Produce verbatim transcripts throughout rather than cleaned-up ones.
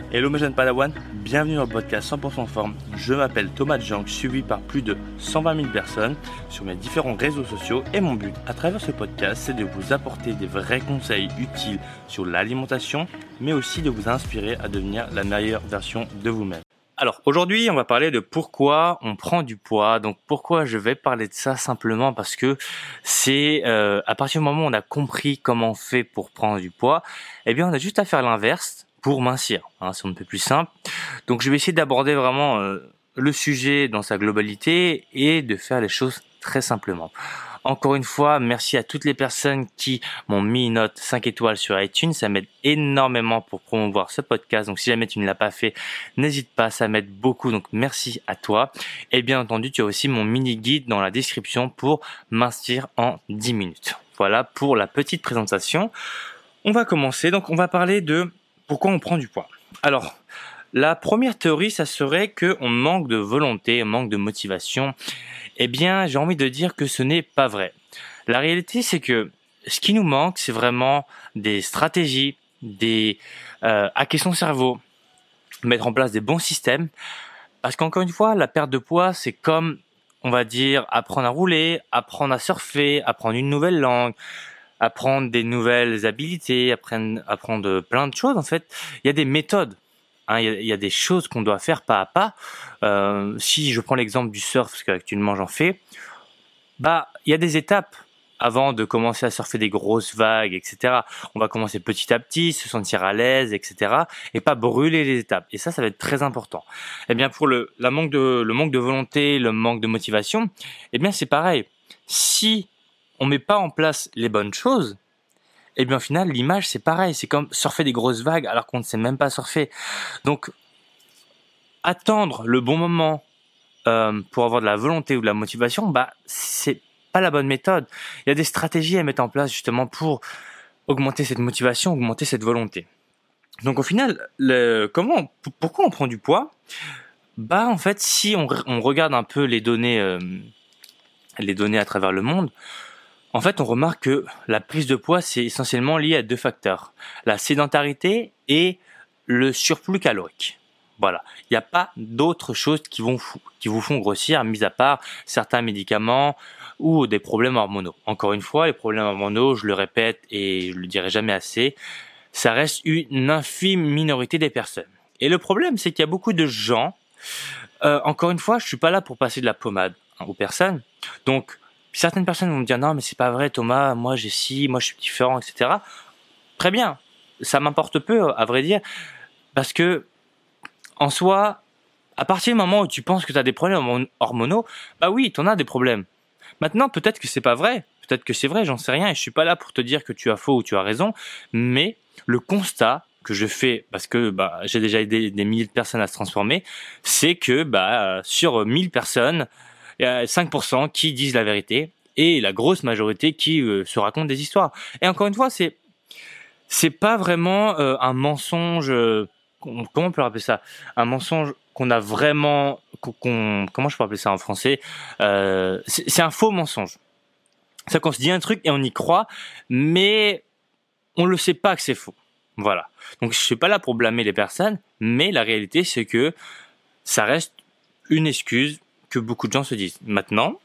Hello mes jeunes Padawan, bienvenue dans le podcast cent pour cent forme. Je m'appelle Thomas Djank, suivi par plus de cent vingt mille personnes sur mes différents réseaux sociaux et mon but à travers ce podcast c'est de vous apporter des vrais conseils utiles sur l'alimentation mais aussi de vous inspirer à devenir la meilleure version de vous-même. Alors aujourd'hui on va parler de pourquoi on prend du poids. Donc pourquoi je vais parler de ça simplement parce que c'est euh, à partir du moment où on a compris comment on fait pour prendre du poids, eh bien on a juste à faire l'inverse pour mincir, hein, c'est un peu plus simple. Donc je vais essayer d'aborder vraiment euh, le sujet dans sa globalité et de faire les choses très simplement. Encore une fois, merci à toutes les personnes qui m'ont mis une note cinq étoiles sur iTunes, ça m'aide énormément pour promouvoir ce podcast. Donc si jamais tu ne l'as pas fait, n'hésite pas, ça m'aide beaucoup. Donc merci à toi. Et bien entendu, tu as aussi mon mini guide dans la description pour mincir en dix minutes. Voilà pour la petite présentation. On va commencer. Donc on va parler de pourquoi on prend du poids. Alors, la première théorie, ça serait qu'on manque de volonté, on manque de motivation. Eh bien, j'ai envie de dire que ce n'est pas vrai. La réalité, c'est que ce qui nous manque, c'est vraiment des stratégies, des euh, hacker son cerveau, mettre en place des bons systèmes. Parce qu'encore une fois, la perte de poids, c'est comme, on va dire, apprendre à rouler, apprendre à surfer, apprendre une nouvelle langue, apprendre des nouvelles habilités, apprendre, apprendre plein de choses. En fait, il y a des méthodes. Hein, il, y a, il y a des choses qu'on doit faire pas à pas. Euh, si je prends l'exemple du surf, parce qu'actuellement j'en fais, bah il y a des étapes avant de commencer à surfer des grosses vagues, et cetera. On va commencer petit à petit, se sentir à l'aise, et cetera. Et pas brûler les étapes. Et ça, ça va être très important. Eh bien pour le, la manque de, le manque de volonté, le manque de motivation, eh bien c'est pareil. Si on met pas en place les bonnes choses, et bien au final l'image c'est pareil, c'est comme surfer des grosses vagues alors qu'on ne sait même pas surfer. Donc attendre le bon moment euh, pour avoir de la volonté ou de la motivation, bah c'est pas la bonne méthode. Il y a des stratégies à mettre en place justement pour augmenter cette motivation, augmenter cette volonté. Donc au final, le, comment, pourquoi on prend du poids? Bah en fait si on, on regarde un peu les données, euh, les données à travers le monde. En fait, on remarque que la prise de poids, c'est essentiellement lié à deux facteurs. La sédentarité et le surplus calorique. Voilà. Il n'y a pas d'autres choses qui vont, qui vous font grossir, mis à part certains médicaments ou des problèmes hormonaux. Encore une fois, les problèmes hormonaux, je le répète et je le dirai jamais assez, ça reste une infime minorité des personnes. Et le problème, c'est qu'il y a beaucoup de gens, euh, encore une fois, je suis pas là pour passer de la pommade hein, aux personnes. Donc, certaines personnes vont me dire non mais c'est pas vrai Thomas, moi j'ai ci, moi je suis différent, et cetera. Très bien, ça m'importe peu à vrai dire, parce que en soi, à partir du moment où tu penses que tu as des problèmes hormonaux, bah oui, t'en as des problèmes. Maintenant peut-être que c'est pas vrai, peut-être que c'est vrai, j'en sais rien et je suis pas là pour te dire que tu as faux ou tu as raison, mais le constat que je fais, parce que bah j'ai déjà aidé des milliers de personnes à se transformer, c'est que bah sur mille personnes, il y a cinq pour cent qui disent la vérité et la grosse majorité qui euh, se racontent des histoires. Et encore une fois, c'est c'est pas vraiment euh, un mensonge. Euh, comment on peut appeler ça? Un mensonge qu'on a vraiment. Qu'on, comment je peux appeler ça en français? euh, c'est, c'est un faux mensonge. C'est qu'on se dit un truc et on y croit, mais on le sait pas que c'est faux. Voilà. Donc je suis pas là pour blâmer les personnes, mais la réalité c'est que ça reste une excuse que beaucoup de gens se disent. Maintenant,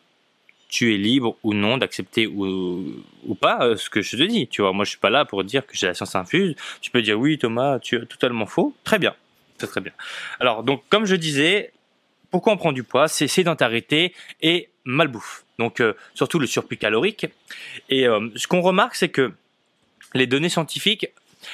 tu es libre ou non d'accepter ou, ou pas euh, ce que je te dis. Tu vois, moi, je suis pas là pour dire que j'ai la science infuse. Tu peux dire oui, Thomas, tu es totalement faux. Très bien, c'est très bien. Alors, donc, comme je disais, pourquoi on prend du poids? C'est sédentarité et malbouffe. Donc, euh, surtout le surplus calorique. Et euh, ce qu'on remarque, c'est que les données scientifiques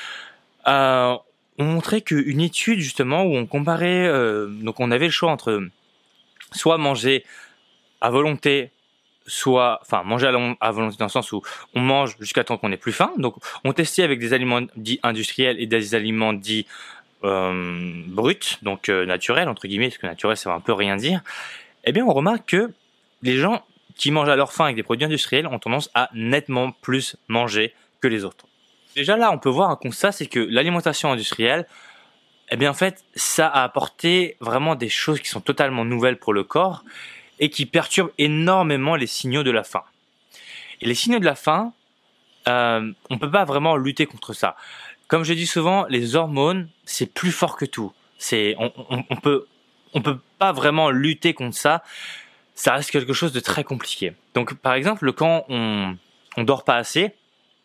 euh, ont montré qu'une étude justement où on comparait, euh, donc on avait le choix entre soit manger à volonté, soit, enfin, manger à volonté dans le sens où on mange jusqu'à temps qu'on n'ait plus faim. Donc, on testait avec des aliments dits industriels et des aliments dits euh, bruts, donc euh, naturels, entre guillemets, parce que naturel, ça va un peu rien dire. Eh bien, on remarque que les gens qui mangent à leur faim avec des produits industriels ont tendance à nettement plus manger que les autres. Déjà là, on peut voir un constat, c'est que l'alimentation industrielle, eh bien en fait, ça a apporté vraiment des choses qui sont totalement nouvelles pour le corps et qui perturbent énormément les signaux de la faim. Et les signaux de la faim, euh, on peut pas vraiment lutter contre ça. comme je dis souvent, les hormones, c'est plus fort que tout. C'est, on, on, on peut, on peut pas vraiment lutter contre ça. Ça reste quelque chose de très compliqué. Donc, par exemple, quand on, on dort pas assez,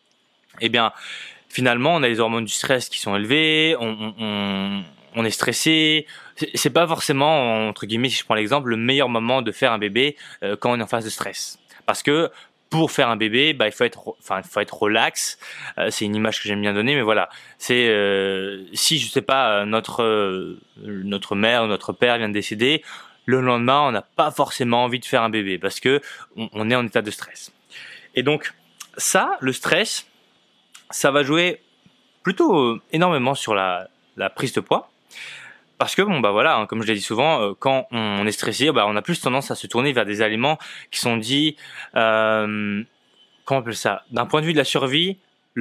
eh bien, finalement, on a les hormones du stress qui sont élevées, on, on, on est stressé. C'est, c'est pas forcément, entre guillemets, si je prends l'exemple, le meilleur moment de faire un bébé euh, quand on est en phase de stress. Parce que pour faire un bébé, bah, il faut être, enfin, il faut être relax. Euh, c'est une image que j'aime bien donner, mais voilà. C'est euh, si je sais pas, notre euh, notre mère ou notre père vient de décéder, le lendemain, on n'a pas forcément envie de faire un bébé parce que on, on est en état de stress. Et donc ça, le stress, ça va jouer plutôt euh, énormément sur la la prise de poids. Parce que bon bah voilà, hein, comme je l'ai dit souvent, euh, quand on est stressé, bah on a plus tendance à se tourner vers des aliments qui sont dits, euh, comment on appelle ça, d'un point de vue de la survie,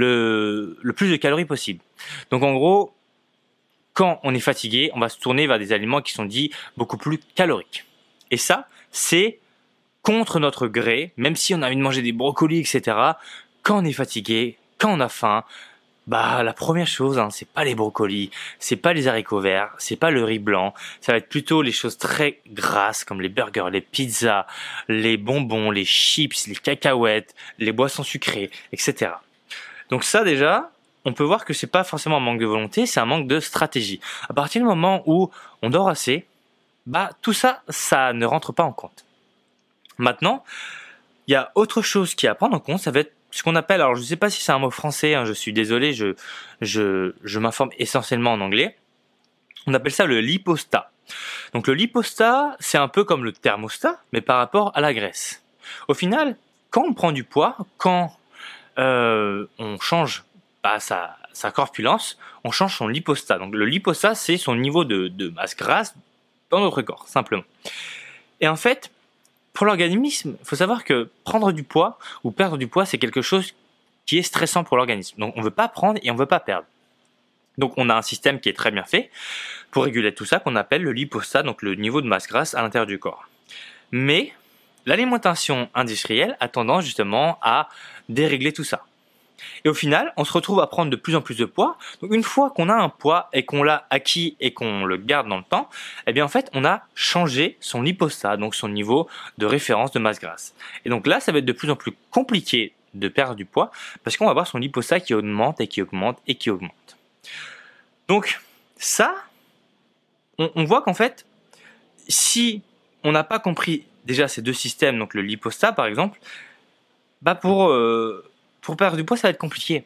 le le plus de calories possible. Donc en gros, quand on est fatigué, on va se tourner vers des aliments qui sont dits beaucoup plus caloriques. Et ça, c'est contre notre gré, même si on a envie de manger des brocolis, et cetera. Quand on est fatigué, quand on a faim, bah la première chose, hein, c'est pas les brocolis, c'est pas les haricots verts, c'est pas le riz blanc, ça va être plutôt les choses très grasses comme les burgers, les pizzas, les bonbons, les chips, les cacahuètes, les boissons sucrées, et cetera. Donc ça déjà, on peut voir que c'est pas forcément un manque de volonté, c'est un manque de stratégie. À partir du moment où on dort assez, bah tout ça, ça ne rentre pas en compte. Maintenant, il y a autre chose qui est à prendre en compte, ça va être ce qu'on appelle, alors je ne sais pas si c'est un mot français, hein, je suis désolé, je, je, je m'informe essentiellement en anglais. On appelle ça le lipostat. Donc le lipostat, c'est un peu comme le thermostat, mais par rapport à la graisse. Au final, quand on prend du poids, quand euh, on change bah, sa, sa corpulence, on change son lipostat. Donc le lipostat, c'est son niveau de, de masse grasse dans notre corps, simplement. Et en fait, pour l'organisme, il faut savoir que prendre du poids ou perdre du poids, c'est quelque chose qui est stressant pour l'organisme. Donc on ne veut pas prendre et on ne veut pas perdre. Donc on a un système qui est très bien fait pour réguler tout ça qu'on appelle le lipostat, donc le niveau de masse grasse à l'intérieur du corps. Mais l'alimentation industrielle a tendance justement à dérégler tout ça. Et au final, on se retrouve à prendre de plus en plus de poids. Donc une fois qu'on a un poids et qu'on l'a acquis et qu'on le garde dans le temps, eh bien en fait, on a changé son lipostat, donc son niveau de référence de masse grasse. Et donc là, ça va être de plus en plus compliqué de perdre du poids parce qu'on va avoir son lipostat qui augmente et qui augmente et qui augmente. Donc ça, on, on voit qu'en fait, si on n'a pas compris déjà ces deux systèmes, donc le lipostat par exemple, bah pour euh, Pour perdre du poids, ça va être compliqué.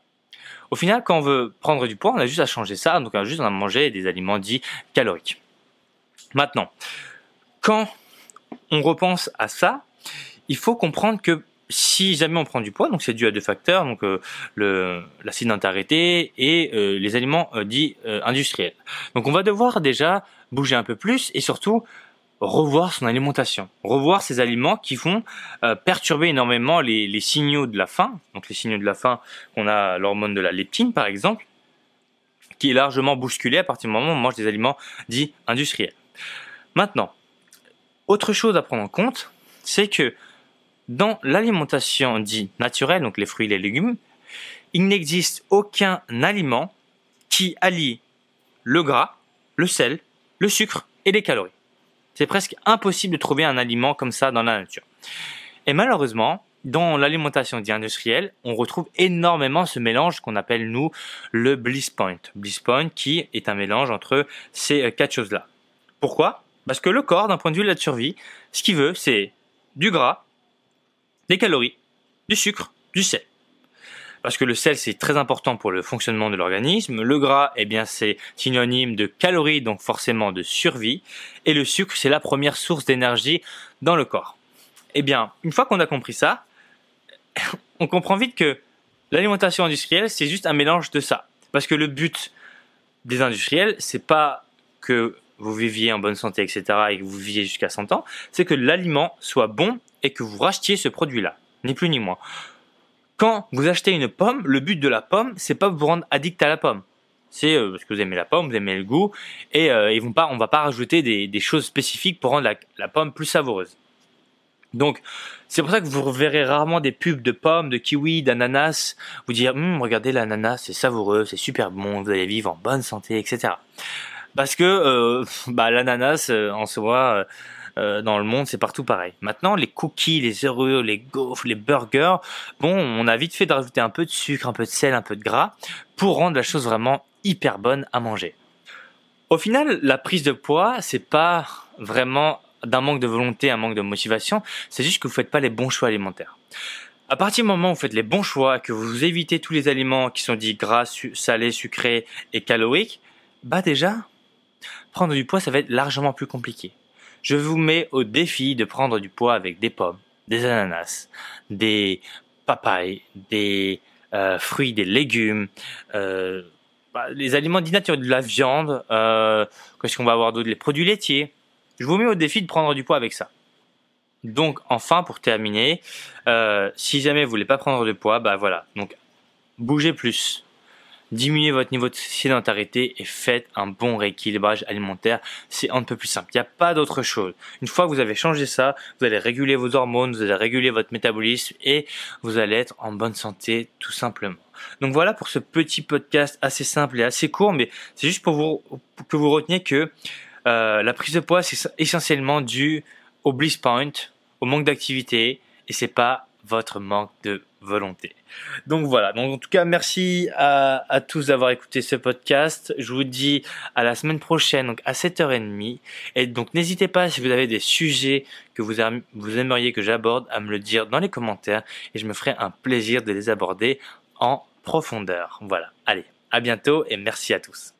Au final, quand on veut prendre du poids, on a juste à changer ça. Donc, on a juste à manger des aliments dits caloriques. Maintenant, quand on repense à ça, il faut comprendre que si jamais on prend du poids, donc c'est dû à deux facteurs, donc euh, le, la sédentarité et euh, les aliments euh, dits euh, industriels. Donc, on va devoir déjà bouger un peu plus et surtout revoir son alimentation, revoir ces aliments qui vont euh, perturber énormément les, les signaux de la faim. Donc les signaux de la faim, on a l'hormone de la leptine par exemple, qui est largement bousculée à partir du moment où on mange des aliments dits industriels. Maintenant, autre chose à prendre en compte, c'est que dans l'alimentation dite naturelle, donc les fruits et les légumes, il n'existe aucun aliment qui allie le gras, le sel, le sucre et les calories. C'est presque impossible de trouver un aliment comme ça dans la nature. Et malheureusement, dans l'alimentation dite industrielle, on retrouve énormément ce mélange qu'on appelle, nous, le bliss point. Bliss point qui est un mélange entre ces quatre choses-là. Pourquoi ? Parce que le corps, d'un point de vue de la survie, ce qu'il veut, c'est du gras, des calories, du sucre, du sel. Parce que le sel, c'est très important pour le fonctionnement de l'organisme. Le gras, eh bien, c'est synonyme de calories, donc forcément de survie. Et le sucre, c'est la première source d'énergie dans le corps. Eh bien, une fois qu'on a compris ça, on comprend vite que l'alimentation industrielle, c'est juste un mélange de ça. Parce que le but des industriels, c'est pas que vous viviez en bonne santé, et cetera, et que vous viviez jusqu'à cent ans, c'est que l'aliment soit bon et que vous rachetiez ce produit-là. Ni plus ni moins. Quand vous achetez une pomme, le but de la pomme, c'est pas vous rendre addict à la pomme. C'est euh, parce que vous aimez la pomme, vous aimez le goût, et euh, ils vont pas, on va pas rajouter des, des choses spécifiques pour rendre la, la pomme plus savoureuse. Donc, c'est pour ça que vous verrez rarement des pubs de pommes, de kiwis, d'ananas, vous dire Hum, regardez l'ananas, c'est savoureux, c'est super bon, vous allez vivre en bonne santé, et cetera. Parce que euh, bah, l'ananas, euh, en soi, euh, euh, dans le monde, c'est partout pareil. Maintenant, les cookies, les Oreos, les gaufres, les burgers, bon, on a vite fait de rajouter un peu de sucre, un peu de sel, un peu de gras, pour rendre la chose vraiment hyper bonne à manger. Au final, la prise de poids, c'est pas vraiment d'un manque de volonté, un manque de motivation, c'est juste que vous faites pas les bons choix alimentaires. À partir du moment où vous faites les bons choix, que vous évitez tous les aliments qui sont dits gras, su- salés, sucrés et caloriques, bah déjà, prendre du poids, ça va être largement plus compliqué. Je vous mets au défi de prendre du poids avec des pommes, des ananas, des papayes, des euh, fruits, des légumes, euh, bah, les aliments dits naturels, de la viande, euh, qu'est-ce qu'on va avoir d'autre, les produits laitiers. Je vous mets au défi de prendre du poids avec ça. Donc enfin, pour terminer, euh, si jamais vous voulez pas prendre de poids, bah voilà, donc bougez plus. Diminuez votre niveau de sédentarité et faites un bon rééquilibrage alimentaire. C'est un peu plus simple. Il n'y a pas d'autre chose. Une fois que vous avez changé ça, vous allez réguler vos hormones, vous allez réguler votre métabolisme et vous allez être en bonne santé tout simplement. Donc voilà pour ce petit podcast assez simple et assez court, mais c'est juste pour vous pour que vous reteniez que euh, la prise de poids c'est essentiellement dû au bliss point, au manque d'activité et c'est pas votre manque de volonté. Donc voilà, donc en tout cas merci à, à tous d'avoir écouté ce podcast. Je vous dis à la semaine prochaine, donc à sept heures trente. Et donc n'hésitez pas, si vous avez des sujets que vous, aim- vous aimeriez que j'aborde, à me le dire dans les commentaires et je me ferai un plaisir de les aborder en profondeur. Voilà, allez, à bientôt et merci à tous.